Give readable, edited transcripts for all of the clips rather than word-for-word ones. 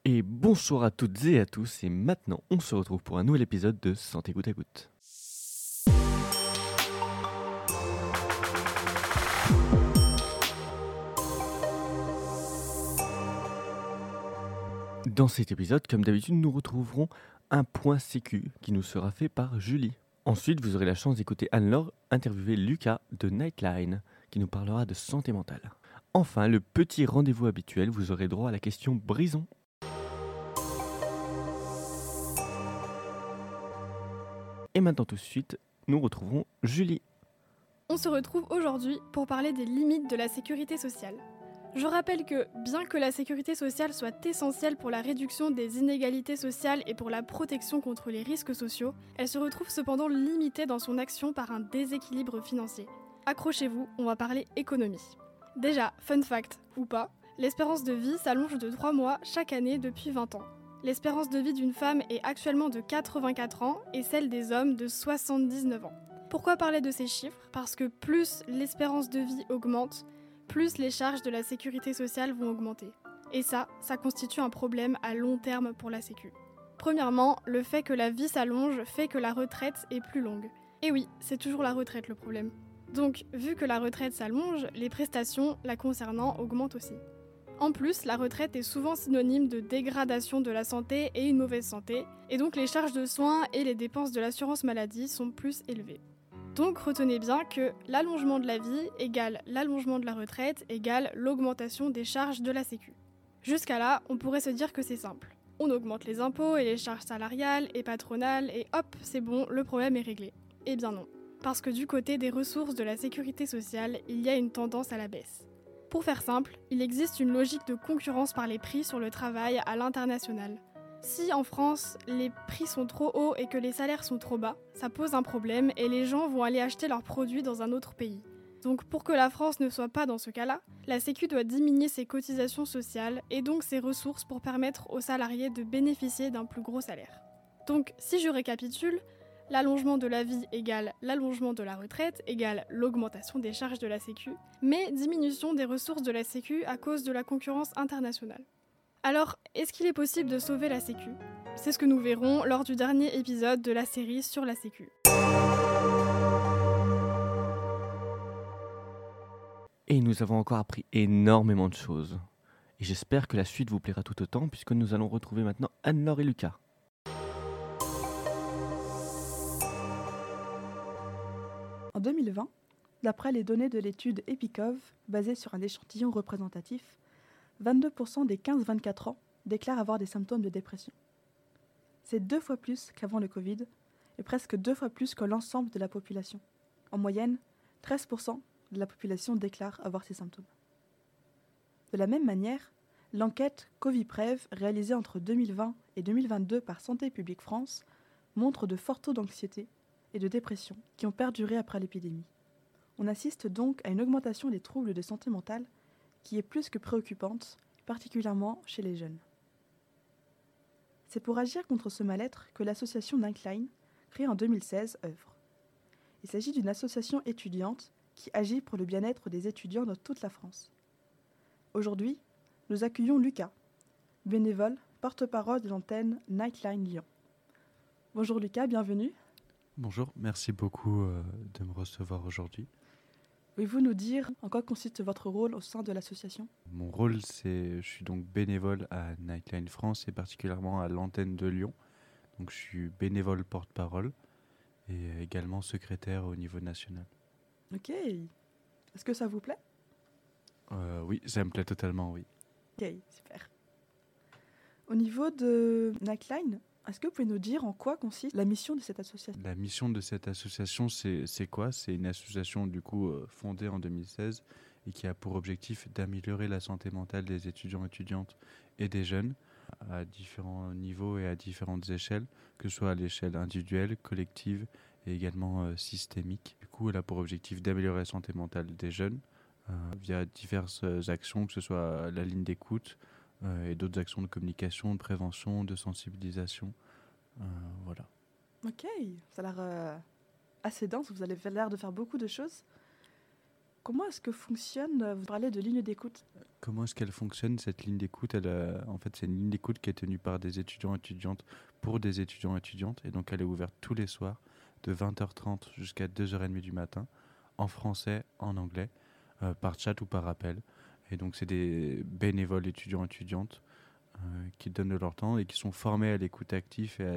Et bonsoir à toutes et à tous, et maintenant on se retrouve pour un nouvel épisode de Santé Goutte à Goutte. Dans cet épisode, comme d'habitude, nous retrouverons un point sécu qui nous sera fait par Julie. Ensuite, vous aurez la chance d'écouter Anne-Laure interviewer Lucas de Nightline, qui nous parlera de santé mentale. Enfin, le petit rendez-vous habituel, vous aurez droit à la question Brison. Et maintenant tout de suite, nous retrouverons Julie. On se retrouve aujourd'hui pour parler des limites de la sécurité sociale. Je rappelle que, bien que la sécurité sociale soit essentielle pour la réduction des inégalités sociales et pour la protection contre les risques sociaux, elle se retrouve cependant limitée dans son action par un déséquilibre financier. Accrochez-vous, on va parler économie. Déjà, fun fact, ou pas, l'espérance de vie s'allonge de 3 mois chaque année depuis 20 ans. L'espérance de vie d'une femme est actuellement de 84 ans et celle des hommes de 79 ans. Pourquoi parler de ces chiffres ? Parce que plus l'espérance de vie augmente, plus les charges de la sécurité sociale vont augmenter. Et ça constitue un problème à long terme pour la Sécu. Premièrement, le fait que la vie s'allonge fait que la retraite est plus longue. Et oui, c'est toujours la retraite le problème. Donc, vu que la retraite s'allonge, les prestations la concernant augmentent aussi. En plus, la retraite est souvent synonyme de dégradation de la santé et une mauvaise santé, et donc les charges de soins et les dépenses de l'assurance maladie sont plus élevées. Donc retenez bien que l'allongement de la vie égale l'allongement de la retraite égale l'augmentation des charges de la Sécu. Jusqu'à là, on pourrait se dire que c'est simple. On augmente les impôts et les charges salariales et patronales et hop, c'est bon, le problème est réglé. Eh bien non, parce que du côté des ressources de la sécurité sociale, il y a une tendance à la baisse. Pour faire simple, il existe une logique de concurrence par les prix sur le travail à l'international. Si en France, les prix sont trop hauts et que les salaires sont trop bas, ça pose un problème et les gens vont aller acheter leurs produits dans un autre pays. Donc pour que la France ne soit pas dans ce cas-là, la Sécu doit diminuer ses cotisations sociales et donc ses ressources pour permettre aux salariés de bénéficier d'un plus gros salaire. Donc si je récapitule, l'allongement de la vie égale l'allongement de la retraite égale l'augmentation des charges de la Sécu, mais diminution des ressources de la Sécu à cause de la concurrence internationale. Alors, est-ce qu'il est possible de sauver la Sécu ? C'est ce que nous verrons lors du dernier épisode de la série sur la Sécu. Et nous avons encore appris énormément de choses. Et j'espère que la suite vous plaira tout autant, puisque nous allons retrouver maintenant Anne-Laure et Lucas. En 2020, d'après les données de l'étude Epicov, basée sur un échantillon représentatif, 22% des 15-24 ans déclarent avoir des symptômes de dépression. C'est 2 fois plus qu'avant le Covid et presque 2 fois plus que l'ensemble de la population. En moyenne, 13% de la population déclare avoir ces symptômes. De la même manière, l'enquête Coviprev réalisée entre 2020 et 2022 par Santé publique France montre de forts taux d'anxiété et de dépression qui ont perduré après l'épidémie. On assiste donc à une augmentation des troubles de santé mentale qui est plus que préoccupante, particulièrement chez les jeunes. C'est pour agir contre ce mal-être que l'association Nightline, créée en 2016, œuvre. Il s'agit d'une association étudiante qui agit pour le bien-être des étudiants dans toute la France. Aujourd'hui, nous accueillons Lucas, bénévole, porte-parole de l'antenne Nightline Lyon. Bonjour Lucas, bienvenue. Bonjour, merci beaucoup de me recevoir aujourd'hui. Pouvez-vous nous dire en quoi consiste votre rôle au sein de l'association ? Mon rôle, je suis donc bénévole à Nightline France et particulièrement à l'antenne de Lyon. Donc je suis bénévole porte-parole et également secrétaire au niveau national. Ok. Est-ce que ça vous plaît ? Oui, ça me plaît totalement, oui. Ok, super. Au niveau de Nightline, est-ce que vous pouvez nous dire en quoi consiste la mission de cette association ? La mission de cette association, c'est quoi ? C'est une association du coup fondée en 2016 et qui a pour objectif d'améliorer la santé mentale des étudiants, étudiantes et des jeunes à différents niveaux et à différentes échelles, que ce soit à l'échelle individuelle, collective et également systémique. Du coup, elle a pour objectif d'améliorer la santé mentale des jeunes via diverses actions, que ce soit la ligne d'écoute, et d'autres actions de communication, de prévention, de sensibilisation. Voilà. Ok, ça a l'air assez dense, vous avez l'air de faire beaucoup de choses. Comment est-ce que fonctionne, vous parlez de ligne d'écoute? Comment est-ce qu'elle fonctionne, cette ligne d'écoute? En fait, c'est une ligne d'écoute qui est tenue par des étudiants et étudiantes pour des étudiants et étudiantes. Et donc, elle est ouverte tous les soirs de 20h30 jusqu'à 2h30 du matin, en français, en anglais, par chat ou par appel. Et donc, c'est des bénévoles étudiants et étudiantes qui donnent de leur temps et qui sont formés à l'écoute active et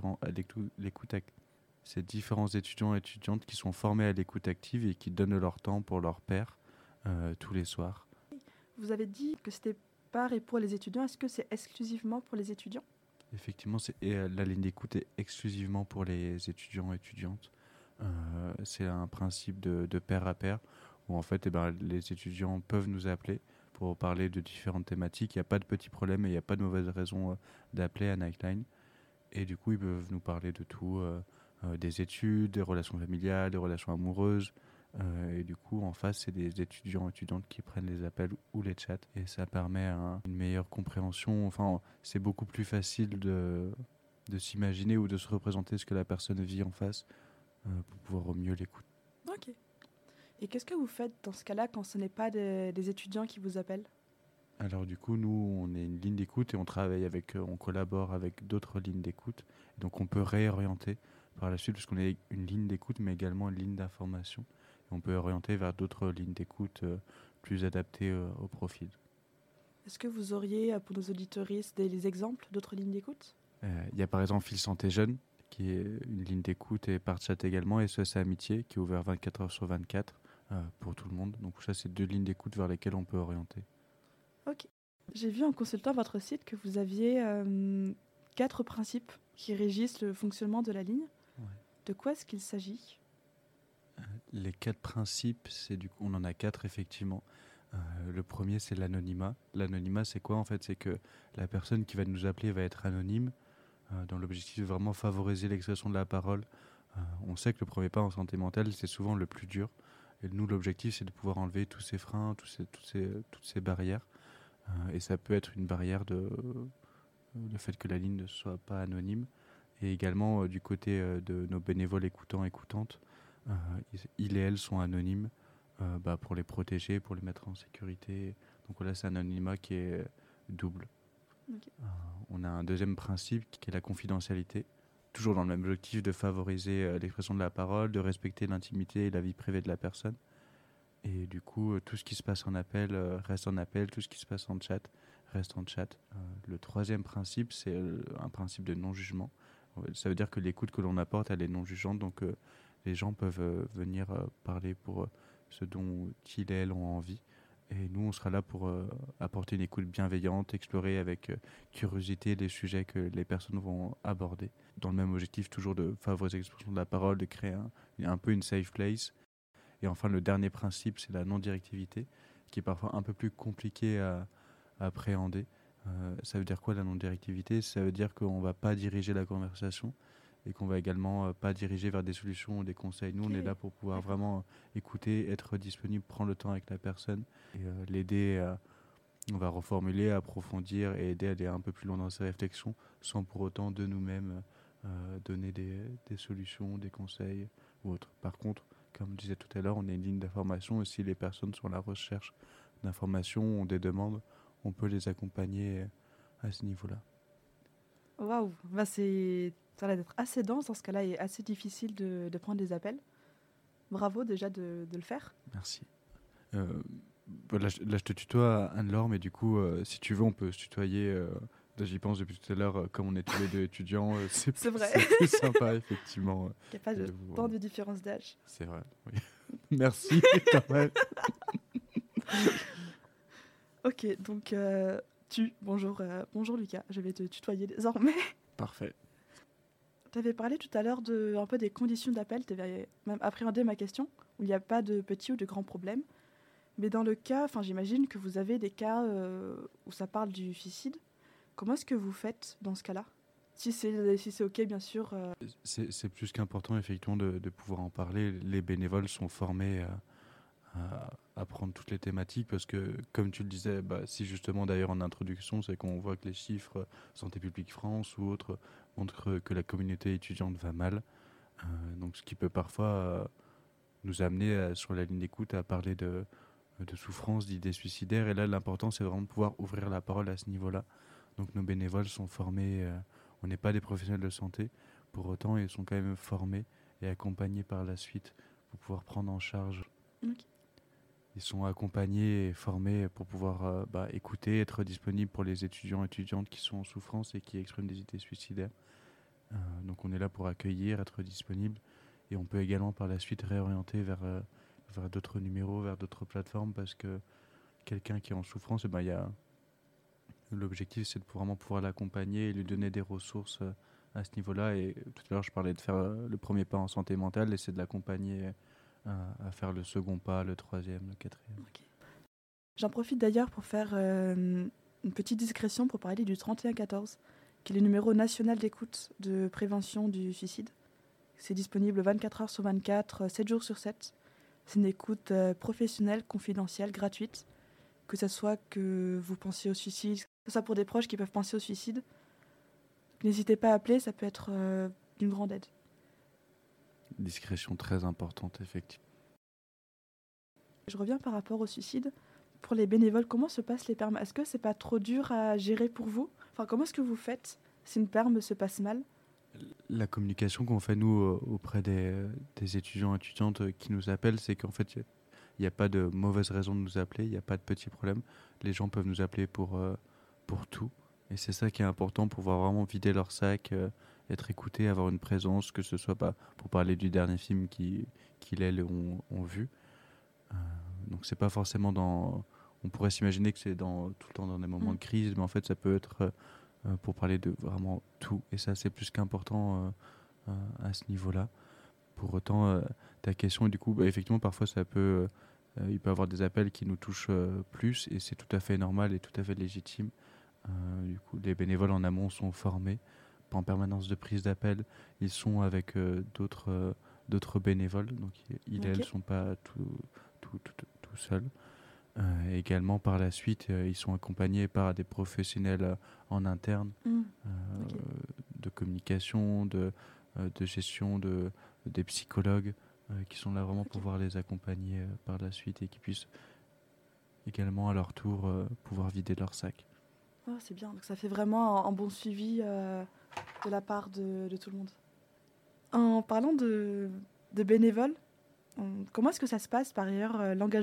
c'est différents étudiants et étudiantes qui sont formés à l'écoute active et qui donnent de leur temps pour leur pairs tous les soirs. Vous avez dit que c'était par et pour les étudiants. Est-ce que c'est exclusivement pour les étudiants? Effectivement, la ligne d'écoute est exclusivement pour les étudiants et étudiantes. C'est un principe de pair à pair où en fait les étudiants peuvent nous appeler pour parler de différentes thématiques. Il n'y a pas de petits problèmes et il n'y a pas de mauvaise raison d'appeler à Nightline. Et du coup, ils peuvent nous parler de tout, des études, des relations familiales, des relations amoureuses. Et du coup, en face, c'est des étudiants et étudiantes qui prennent les appels ou les chats. Et ça permet une meilleure compréhension. Enfin, c'est beaucoup plus facile de s'imaginer ou de se représenter ce que la personne vit en face pour pouvoir au mieux l'écouter. Ok. Et qu'est-ce que vous faites dans ce cas-là quand ce n'est pas des étudiants qui vous appellent? Alors du coup, nous, on est une ligne d'écoute et on collabore avec d'autres lignes d'écoute. Donc on peut réorienter par la suite, parce qu'on est une ligne d'écoute, mais également une ligne d'information. Et on peut orienter vers d'autres lignes d'écoute plus adaptées au profil. Est-ce que vous auriez, pour nos auditeuristes, des exemples d'autres lignes d'écoute? Il y a par exemple Fil Santé Jeune, qui est une ligne d'écoute et par chat également, et SOS Amitié, qui est ouvert 24h/24 pour tout le monde. Donc ça, c'est 2 lignes d'écoute vers lesquelles on peut orienter. Ok. J'ai vu en consultant votre site que vous aviez 4 principes qui régissent le fonctionnement de la ligne. Ouais. De quoi est-ce qu'il s'agit? Les 4 principes, on en a 4 effectivement. Le premier, c'est l'anonymat. L'anonymat, c'est quoi en fait? C'est que la personne qui va nous appeler va être anonyme, dans l'objectif de vraiment favoriser l'expression de la parole. On sait que le premier pas en santé mentale, c'est souvent le plus dur. Et nous, l'objectif, c'est de pouvoir enlever tous ces freins, toutes ces barrières. Et ça peut être une barrière le fait que la ligne ne soit pas anonyme. Et également, du côté de nos bénévoles écoutantes, ils et elles sont anonymes pour les protéger, pour les mettre en sécurité. Donc voilà, c'est un anonymat qui est double. Okay. On a un deuxième principe qui est la confidentialité. Toujours dans le même objectif de favoriser l'expression de la parole, de respecter l'intimité et la vie privée de la personne. Et du coup, tout ce qui se passe en appel reste en appel, tout ce qui se passe en chat reste en chat. Le troisième principe, c'est un principe de non-jugement. Ça veut dire que l'écoute que l'on apporte, elle est non-jugeante, donc les gens peuvent venir parler pour ce dont ils et elles ont envie. Et nous, on sera là pour apporter une écoute bienveillante, explorer avec curiosité les sujets que les personnes vont aborder. Dans le même objectif, toujours de favoriser l'expression de la parole, de créer un peu une safe place. Et enfin, le dernier principe, c'est la non-directivité, qui est parfois un peu plus compliqué à appréhender. Ça veut dire quoi la non-directivité? Ça veut dire qu'on ne va pas diriger la conversation et qu'on va également pas diriger vers des solutions ou des conseils. Nous, on est là pour pouvoir vraiment écouter, être disponible, prendre le temps avec la personne et l'aider on va reformuler, approfondir et aider à aller un peu plus loin dans ses réflexions sans pour autant de nous-mêmes donner des solutions, des conseils ou autres. Par contre, comme je disais tout à l'heure, on est une ligne d'information et si les personnes sont à la recherche d'informations, ont des demandes, on peut les accompagner à ce niveau-là. Waouh, ça a l'air d'être assez dense dans ce cas-là et assez difficile de prendre des appels. Bravo déjà de le faire. Merci. Là, je te tutoie, Anne-Laure, mais du coup, si tu veux, on peut se tutoyer. Là, j'y pense depuis tout à l'heure, comme on est tous les deux étudiants, c'est vrai. plus sympa, effectivement. Il n'y a pas de tant de différence d'âge. C'est vrai, oui. Merci, quand même. Ok, donc bonjour Lucas, je vais te tutoyer désormais. Parfait. Tu avais parlé tout à l'heure un peu des conditions d'appel, tu avais même appréhendé ma question, où il n'y a pas de petits ou de grands problèmes. Mais dans le cas, j'imagine que vous avez des cas où ça parle du suicide. Comment est-ce que vous faites dans ce cas-là? Si c'est ok, bien sûr. C'est plus qu'important, effectivement, de pouvoir en parler. Les bénévoles sont formés à prendre toutes les thématiques parce que, comme tu le disais, si justement d'ailleurs en introduction, c'est qu'on voit que les chiffres Santé publique France ou autres montrent que la communauté étudiante va mal. Donc ce qui peut parfois nous amener sur la ligne d'écoute à parler de souffrance, d'idées suicidaires. Et là, l'important, c'est vraiment de pouvoir ouvrir la parole à ce niveau-là. Donc nos bénévoles sont formés, on n'est pas des professionnels de santé, pour autant ils sont quand même formés et accompagnés par la suite pour pouvoir prendre en charge. Ok. Ils sont accompagnés et formés pour pouvoir écouter, être disponibles pour les étudiants et étudiantes qui sont en souffrance et qui expriment des idées suicidaires. Donc on est là pour accueillir, être disponible, et on peut également par la suite réorienter vers d'autres numéros, vers d'autres plateformes, parce que quelqu'un qui est en souffrance, l'objectif, c'est de vraiment pouvoir l'accompagner et lui donner des ressources à ce niveau-là. Et tout à l'heure, je parlais de faire le premier pas en santé mentale, et c'est de l'accompagner à faire le second pas, le troisième, le quatrième. Ok. J'en profite d'ailleurs pour faire une petite discrétion pour parler du 3114, qui est le numéro national d'écoute de prévention du suicide. C'est disponible 24 heures sur 24, 7 jours sur 7. C'est une écoute professionnelle, confidentielle, gratuite. Que ce soit que vous pensiez au suicide, que ce soit pour des proches qui peuvent penser au suicide. N'hésitez pas à appeler, ça peut être d'une grande aide. Discrétion très importante, effectivement. Je reviens par rapport au suicide. Pour les bénévoles, comment se passent les permes ? Est-ce que c'est pas trop dur à gérer pour vous ? Enfin, comment est-ce que vous faites si une perme se passe mal ? La communication qu'on fait, nous, auprès des étudiants et étudiantes qui nous appellent, c'est qu'en fait, il n'y a pas de mauvaise raison de nous appeler, il n'y a pas de petits problèmes. Les gens peuvent nous appeler pour tout. Et c'est ça qui est important, pour pouvoir vraiment vider leur sac, être écouté, avoir une présence, que ce soit pas pour parler du dernier film qu'ils, elles, ont vu. Donc c'est pas forcément on pourrait s'imaginer que c'est tout le temps dans des moments de crise, mais en fait ça peut être pour parler de vraiment tout. Et ça, c'est plus qu'important à ce niveau-là. Pour autant, ta question, du coup, effectivement, parfois il peut y avoir des appels qui nous touchent plus, et c'est tout à fait normal et tout à fait légitime. Du coup, les bénévoles en amont sont formés en permanence de prise d'appel. Ils sont avec d'autres bénévoles, donc ils elles ne sont pas tout seuls. Également, par la suite, ils sont accompagnés par des professionnels en interne de communication, de gestion, des psychologues qui sont là vraiment pour pouvoir les accompagner par la suite, et qui puissent également à leur tour pouvoir vider leur sac. Oh, c'est bien, donc ça fait vraiment un bon suivi de la part de tout le monde. En parlant de bénévoles, comment est-ce que ça se passe par ailleurs, l'engagement ?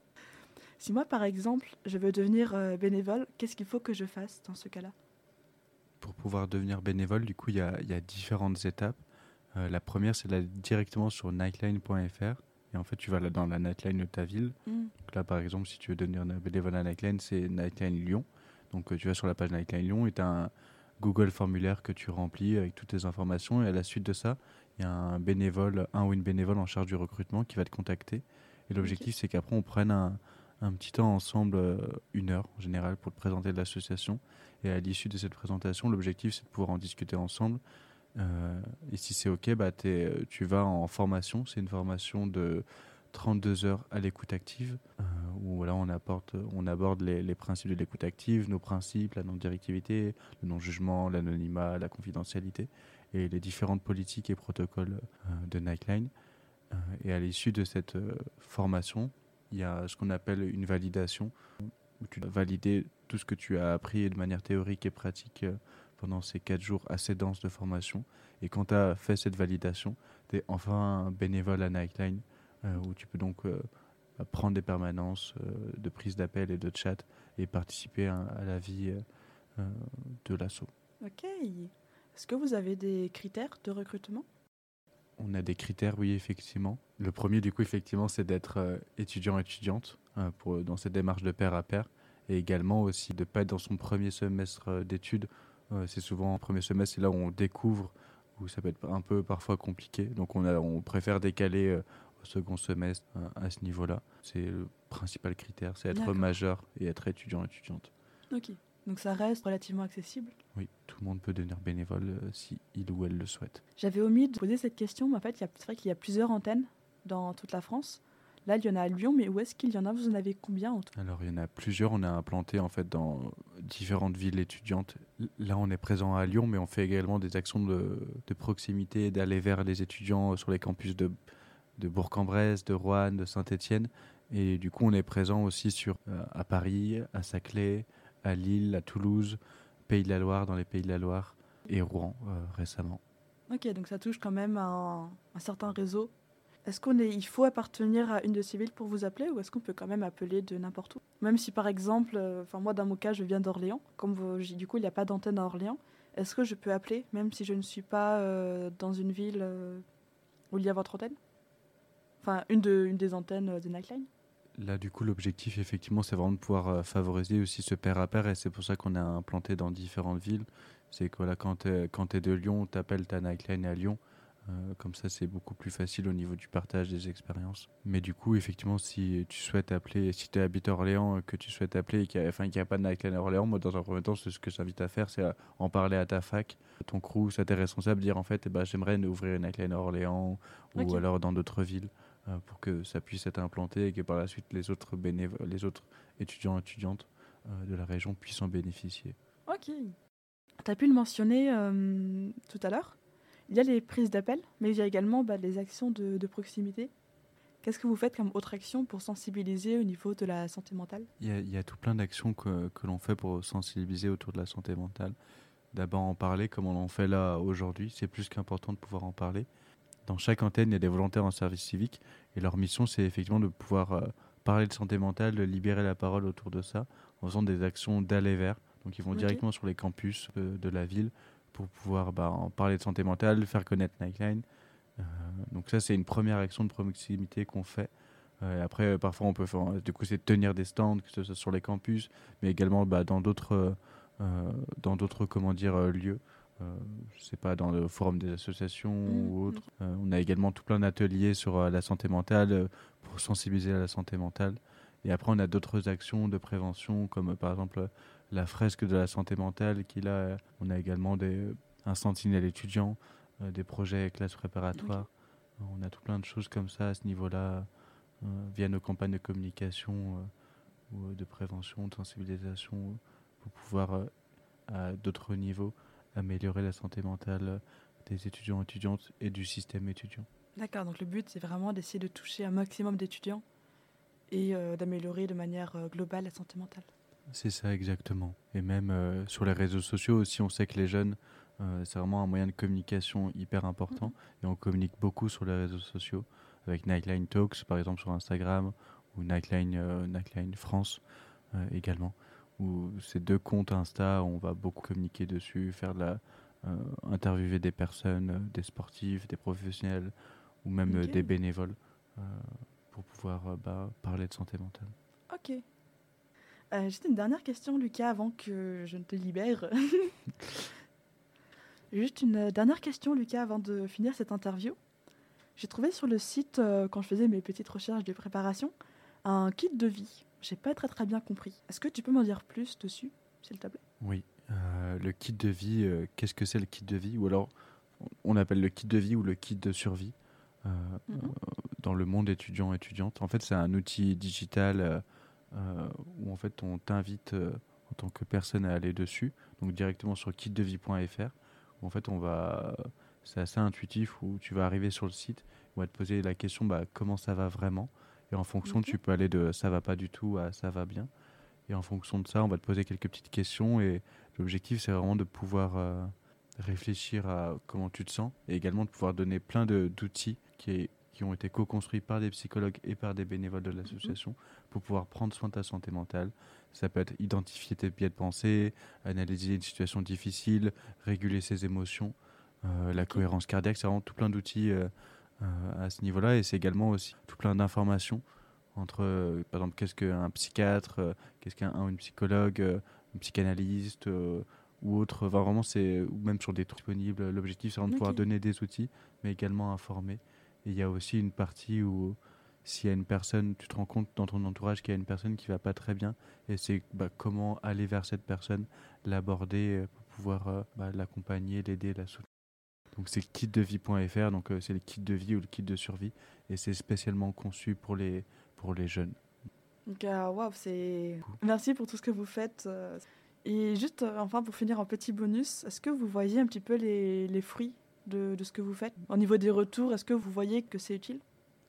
Si moi, par exemple, je veux devenir bénévole, qu'est-ce qu'il faut que je fasse dans ce cas-là ? Pour pouvoir devenir bénévole, du coup, il y a différentes étapes. La première, c'est d'aller directement sur nightline.fr. Et en fait, tu vas là dans la Nightline de ta ville. Donc là, par exemple, si tu veux devenir bénévole à Nightline, c'est Nightline Lyon. Donc tu vas sur la page Nightline Lyon et tu as un Google formulaire que tu remplis avec toutes tes informations. Et à la suite de ça, il y a un ou une bénévole en charge du recrutement qui va te contacter. Et l'objectif, c'est qu'après, on prenne un petit temps ensemble, 1 heure en général, pour te présenter l'association. Et à l'issue de cette présentation, l'objectif, c'est de pouvoir en discuter ensemble. Et si c'est OK, tu vas en formation. C'est une formation de 32 heures à l'écoute active, où là, on aborde les principes de l'écoute active, nos principes, la non-directivité, le non-jugement, l'anonymat, la confidentialité, et les différentes politiques et protocoles de Nightline. Et à l'issue de cette formation, il y a ce qu'on appelle une validation, où tu dois valider tout ce que tu as appris de manière théorique et pratique pendant ces 4 jours assez denses de formation. Et quand tu as fait cette validation, tu es enfin bénévole à Nightline, où tu peux donc prendre des permanences de prise d'appel et de chat et participer à la vie de l'asso. Ok. Est-ce que vous avez des critères de recrutement ? On a des critères, oui, effectivement. Le premier, du coup, effectivement, c'est d'être étudiant-étudiante dans cette démarche de pair à pair, et également aussi de ne pas être dans son premier semestre d'études. C'est souvent en premier semestre, c'est là où on découvre, où ça peut être un peu parfois compliqué. Donc on préfère décaler au second semestre à ce niveau-là. C'est le principal critère, c'est être majeur et être étudiant-étudiante. Ok, donc ça reste relativement accessible. Oui, tout le monde peut devenir bénévole si il ou elle le souhaite. J'avais omis de poser cette question, mais en fait, c'est vrai qu'il y a plusieurs antennes dans toute la France. Là, il y en a à Lyon, mais où est-ce qu'il y en a ? Vous en avez combien en tout ? Alors, il y en a plusieurs. On est implanté en fait dans différentes villes étudiantes. Là, on est présent à Lyon, mais on fait également des actions de proximité, d'aller vers les étudiants sur les campus de de Bourg-en-Bresse, de Roanne, de Saint-Étienne. Et du coup, on est présent aussi à Paris, à Saclay, à Lille, à Toulouse, Pays de la Loire, dans les Pays de la Loire, et Rouen récemment. Ok, donc ça touche quand même à un certain réseau. Il faut appartenir à une de ces villes pour vous appeler, ou est-ce qu'on peut quand même appeler de n'importe où? Même si par exemple, moi dans mon cas, je viens d'Orléans, du coup il n'y a pas d'antenne à Orléans, est-ce que je peux appeler même si je ne suis pas dans une ville où il y a votre antenne? Enfin, une des antennes de Nightline? Là, du coup, l'objectif, effectivement, c'est vraiment de pouvoir favoriser aussi ce pair à pair, et c'est pour ça qu'on a implanté dans différentes villes. C'est que voilà, quand tu es de Lyon, tu appelles ta Nightline à Lyon. Comme ça, c'est beaucoup plus facile au niveau du partage des expériences. Mais du coup, effectivement, si tu souhaites appeler, si tu habites à Orléans, que tu souhaites appeler et qu'il n'y a pas de Nightline à Orléans, moi, dans un premier temps, ce que j'invite à faire, c'est à en parler à ta fac, ton crew, à tes responsables, dire en fait, j'aimerais ouvrir une Nightline à Orléans ou alors dans d'autres villes pour que ça puisse être implanté et que par la suite, les autres étudiants et étudiantes de la région puissent en bénéficier. Ok. Tu as pu le mentionner tout à l'heure. Il y a les prises d'appel, mais il y a également les actions de proximité. Qu'est-ce que vous faites comme autre action pour sensibiliser au niveau de la santé mentale? Il y a tout plein d'actions que l'on fait pour sensibiliser autour de la santé mentale. D'abord en parler comme on en fait là aujourd'hui. C'est plus qu'important de pouvoir en parler. Dans chaque antenne, il y a des volontaires en service civique. Et leur mission, c'est effectivement de pouvoir parler de santé mentale, de libérer la parole autour de ça, en faisant des actions d'aller vers. Donc ils vont directement sur les campus de la ville pour pouvoir en parler de santé mentale, faire connaître Nightline. Donc ça, c'est une première action de proximité qu'on fait. Après, parfois, on peut faire, du coup, c'est de tenir des stands, que ce soit sur les campus, mais également dans d'autres lieux. Je sais pas, dans le forum des associations ou autres. On a également tout plein d'ateliers sur la santé mentale pour sensibiliser à la santé mentale. Et après, on a d'autres actions de prévention, comme par exemple la fresque de la santé mentale, on a également un sentinelle étudiant, des projets classes préparatoires. On a tout plein de choses comme ça à ce niveau-là, via nos campagnes de communication ou de prévention, de sensibilisation, pour pouvoir, à d'autres niveaux, améliorer la santé mentale des étudiants et étudiantes et du système étudiant. D'accord, donc le but, c'est vraiment d'essayer de toucher un maximum d'étudiants et d'améliorer de manière globale la santé mentale. C'est ça, exactement. Et même sur les réseaux sociaux aussi, on sait que les jeunes, c'est vraiment un moyen de communication hyper important. Et on communique beaucoup sur les réseaux sociaux, avec Nightline Talks, par exemple, sur Instagram, ou Nightline France également. Où ces 2 comptes Insta, on va beaucoup communiquer dessus, interviewer des personnes, des sportifs, des professionnels, ou même des bénévoles, pour pouvoir parler de santé mentale. Ok. Juste une dernière question, Lucas, avant que je ne te libère. Juste une dernière question, Lucas, avant de finir cette interview. J'ai trouvé sur le site, quand je faisais mes petites recherches de préparation, un kit de vie. J'ai pas très bien compris. Est-ce que tu peux m'en dire plus dessus, s'il te plaît? Oui. Le kit de vie, qu'est-ce que c'est le kit de vie? Ou alors, on appelle le kit de vie ou le kit de survie dans le monde étudiant-étudiante. En fait, c'est un outil digital où en fait, on t'invite en tant que personne à aller dessus, donc directement sur kitdevie.fr. Où en fait, c'est assez intuitif, où tu vas arriver sur le site, on va te poser la question comment ça va vraiment, et en fonction, tu peux aller de ça va pas du tout à ça va bien. Et en fonction de ça, on va te poser quelques petites questions, et l'objectif, c'est vraiment de pouvoir réfléchir à comment tu te sens, et également de pouvoir donner plein d'outils qui ont été co-construits par des psychologues et par des bénévoles de l'association pour pouvoir prendre soin de ta santé mentale. Ça peut être identifier tes biais de pensée, analyser une situation difficile, réguler ses émotions, la cohérence cardiaque, c'est vraiment tout plein d'outils à ce niveau-là, et c'est également aussi tout plein d'informations entre, par exemple, qu'est-ce qu'un psychiatre, qu'est-ce qu'un psychologue, un psychanalyste ou autre. Enfin, vraiment, ou même sur des trucs disponibles. L'objectif, c'est vraiment de pouvoir donner des outils, mais également informer. Et il y a aussi une partie où, s'il y a une personne, tu te rends compte dans ton entourage qu'il y a une personne qui ne va pas très bien, et c'est comment aller vers cette personne, l'aborder pour pouvoir l'accompagner, l'aider, la soutenir. Donc c'est kitdevie.fr, donc c'est le kit de vie ou le kit de survie, et c'est spécialement conçu pour les jeunes. Donc, merci pour tout ce que vous faites. Et juste, enfin, pour finir, un petit bonus, est-ce que vous voyez un petit peu les fruits de ce que vous faites? Au niveau des retours, est-ce que vous voyez que c'est utile?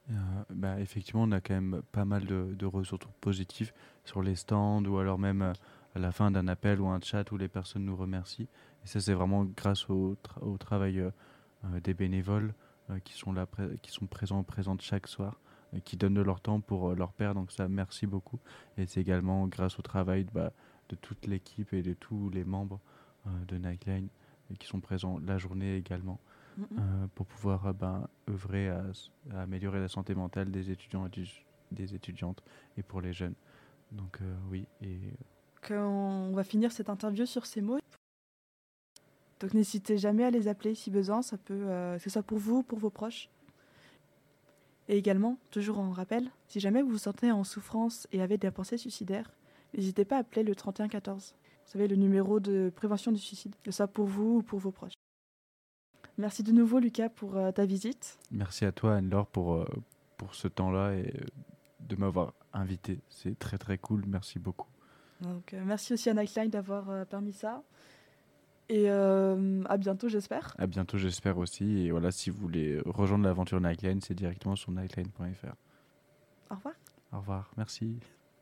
Effectivement, on a quand même pas mal de retours positifs sur les stands ou alors même à la fin d'un appel ou un chat où les personnes nous remercient. Et ça, c'est vraiment grâce au travail des bénévoles qui sont là, qui sont présentes chaque soir, qui donnent de leur temps pour leur père. Donc ça, merci beaucoup. Et c'est également grâce au travail de toute l'équipe et de tous les membres de Nightline qui sont présents la journée également. Pour pouvoir œuvrer à améliorer la santé mentale des étudiants et des étudiantes et pour les jeunes. Donc oui. Et on va finir cette interview sur ces mots. Donc n'hésitez jamais à les appeler si besoin, ça peut, que ce soit pour vous ou pour vos proches. Et également, toujours en rappel, si jamais vous vous sentez en souffrance et avez des pensées suicidaires, n'hésitez pas à appeler le 3114. Vous savez, le numéro de prévention du suicide, que ce soit pour vous ou pour vos proches. Merci de nouveau Lucas pour ta visite. Merci à toi Anne-Laure pour ce temps-là et de m'avoir invité. C'est très très cool, merci beaucoup. Donc, merci aussi à Nightline d'avoir permis ça. Et à bientôt j'espère. À bientôt j'espère aussi. Et voilà, si vous voulez rejoindre l'aventure Nightline, c'est directement sur nightline.fr. Au revoir. Au revoir, merci.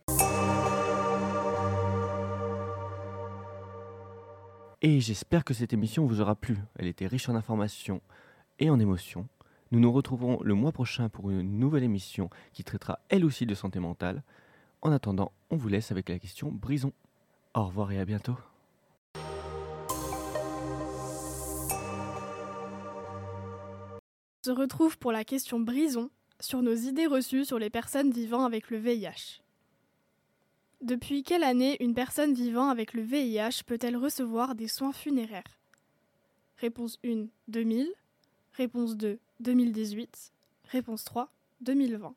Et j'espère que cette émission vous aura plu. Elle était riche en informations et en émotions. Nous nous retrouverons le mois prochain pour une nouvelle émission qui traitera elle aussi de santé mentale. En attendant, on vous laisse avec la question Brison. Au revoir et à bientôt. On se retrouve pour la question Brison sur nos idées reçues sur les personnes vivant avec le VIH. Depuis quelle année une personne vivant avec le VIH peut-elle recevoir des soins funéraires ? Réponse 1, 2000. Réponse 2, 2018. Réponse 3, 2020.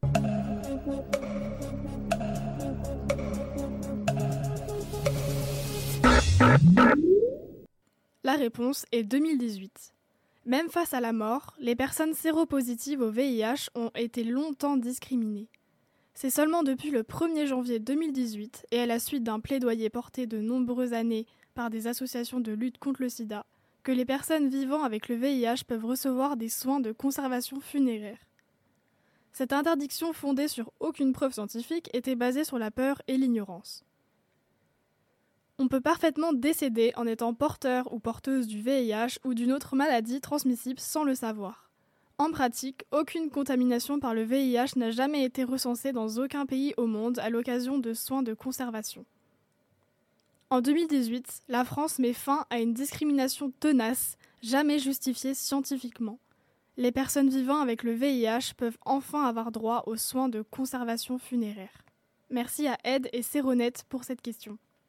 La réponse est 2018. Même face à la mort, les personnes séropositives au VIH ont été longtemps discriminées. C'est seulement depuis le 1er janvier 2018 et à la suite d'un plaidoyer porté de nombreuses années par des associations de lutte contre le sida que les personnes vivant avec le VIH peuvent recevoir des soins de conservation funéraire. Cette interdiction fondée sur aucune preuve scientifique était basée sur la peur et l'ignorance. On peut parfaitement décéder en étant porteur ou porteuse du VIH ou d'une autre maladie transmissible sans le savoir. En pratique, aucune contamination par le VIH n'a jamais été recensée dans aucun pays au monde à l'occasion de soins de conservation. En 2018, la France met fin à une discrimination tenace, jamais justifiée scientifiquement. Les personnes vivant avec le VIH peuvent enfin avoir droit aux soins de conservation funéraire. Merci à Aide et Séronette pour cette question.